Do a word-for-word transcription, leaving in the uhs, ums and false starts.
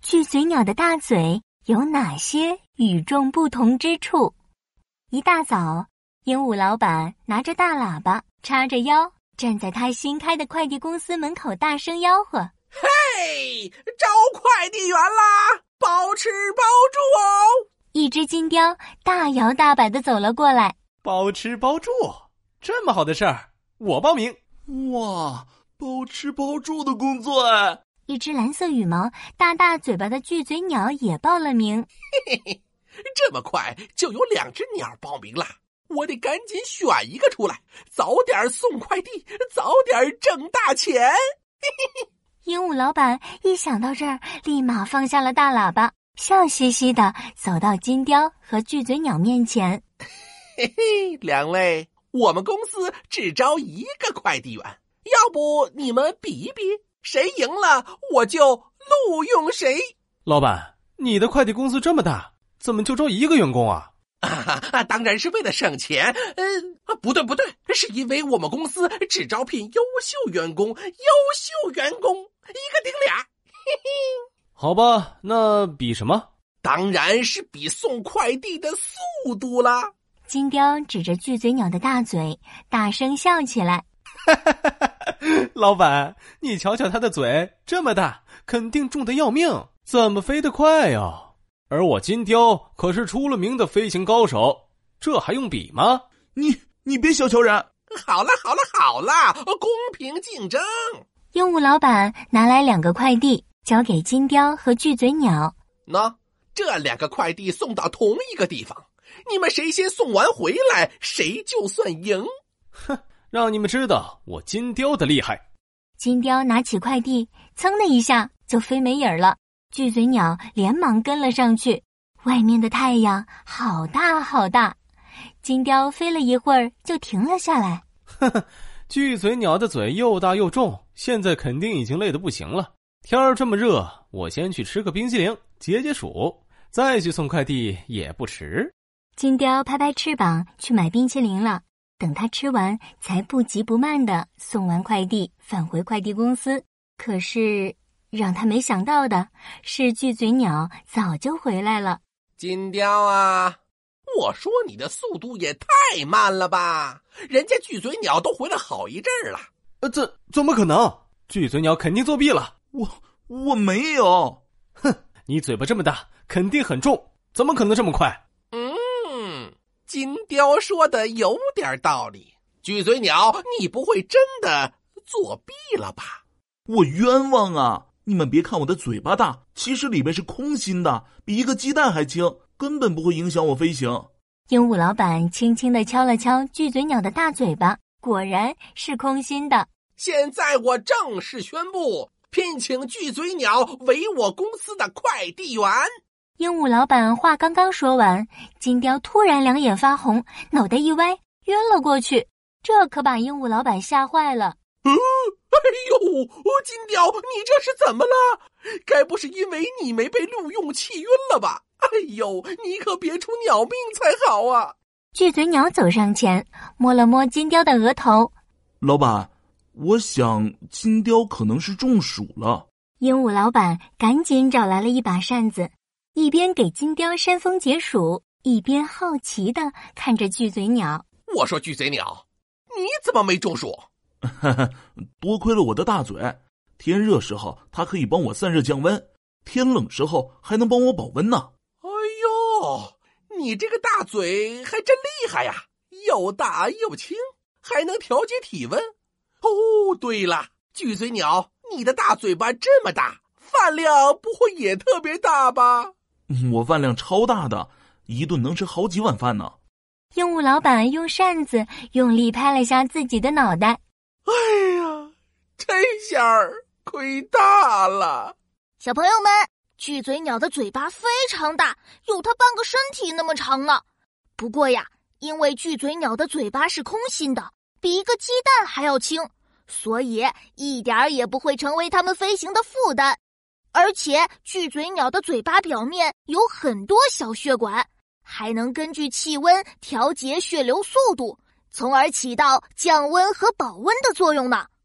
巨嘴鸟的大嘴有哪些与众不同之处？一大早，鹦鹉老板拿着大喇叭，叉着腰，站在他新开的快递公司门口大声吆喝： 嘿，招快递员啦，包吃包住哦！ 一只金雕大摇大摆地走了过来。 包吃包住，这么好的事儿，我报名。 哇，包吃包住的工作哎！ 一只蓝色羽毛大大嘴巴的巨嘴鸟也报了名。 嘿嘿嘿，这么快就有两只鸟报名了，我得赶紧选一个出来，早点送快递，早点挣大钱。嘿嘿嘿。 鹦鹉老板一想到这儿，立马放下了大喇叭，笑嘻嘻地走到金雕和巨嘴鸟面前。 嘿嘿，两位，我们公司只招一个快递员，要不你们比一比，谁赢了我就录用谁。 老板，你的快递公司这么大，怎么就招一个员工啊？ 啊，当然是为了省钱。嗯、呃，不对不对，是因为我们公司只招聘优秀员工，优秀员工一个顶俩。嘿嘿。 好吧，那比什么？ 当然是比送快递的速度啦。 金雕指着巨嘴鸟的大嘴，大声笑起来。 老板，你瞧瞧他的嘴这么大，肯定重得要命，怎么飞得快呀？而我金雕可是出了名的飞行高手，这还用比吗？ 你你别小瞧人。 好了好了好了，公平竞争。 鹦鹉老板拿来两个快递，交给金雕和巨嘴鸟。 喏，这两个快递送到同一个地方，你们谁先送完回来，谁就算赢。 哼，让你们知道我金雕的厉害。 金雕拿起快递，噌的一下就飞没影了。巨嘴鸟连忙跟了上去，外面的太阳好大好大。金雕飞了一会儿就停了下来。 呵呵，巨嘴鸟的嘴又大又重，现在肯定已经累得不行了。天儿这么热，我先去吃个冰淇淋解解暑，再去送快递也不迟。 金雕拍拍翅膀去买冰淇淋了，等他吃完才不急不慢地送完快递返回快递公司。可是让他没想到的是，巨嘴鸟早就回来了。 金雕啊，我说你的速度也太慢了吧，人家巨嘴鸟都回来好一阵儿了。 呃，这怎么可能？巨嘴鸟肯定作弊了。 我我没有。 哼，你嘴巴这么大，肯定很重，怎么可能这么快？ 嗯，金雕说的有点道理。巨嘴鸟，你不会真的作弊了吧？ 我冤枉啊！你们别看我的嘴巴大，其实里面是空心的，比一个鸡蛋还轻，根本不会影响我飞行。 鹦鹉老板轻轻地敲了敲巨嘴鸟的大嘴巴，果然是空心的。 现在我正式宣布，聘请巨嘴鸟为我公司的快递员。 鹦鹉老板话刚刚说完，金雕突然两眼发红，脑袋一歪，晕了过去。这可把鹦鹉老板吓坏了。 嗯，哎呦，金雕，你这是怎么了？该不是因为你没被录用气晕了吧？哎呦，你可别出鸟命才好啊！ 巨嘴鸟走上前，摸了摸金雕的额头。 老板，我想金雕可能是中暑了。 鹦鹉老板赶紧找来了一把扇子，一边给金雕扇风解暑，一边好奇地看着巨嘴鸟。 我说巨嘴鸟，你怎么没中暑？ 多亏了我的大嘴，天热时候它可以帮我散热降温，天冷时候还能帮我保温呢。 哎呦，你这个大嘴还真厉害呀，又大又轻，还能调节体温。哦，对了，巨嘴鸟，你的大嘴巴这么大，饭量不会也特别大吧？ 我饭量超大的，一顿能吃好几碗饭呢。 鹦鹉老板用扇子用力拍了下自己的脑袋。 哎呀，这下儿亏大了。 小朋友们，巨嘴鸟的嘴巴非常大，有它半个身体那么长呢。不过呀，因为巨嘴鸟的嘴巴是空心的，比一个鸡蛋还要轻，所以一点儿也不会成为它们飞行的负担。而且巨嘴鸟的嘴巴表面有很多小血管，还能根据气温调节血流速度，从而起到降温和保温的作用呢。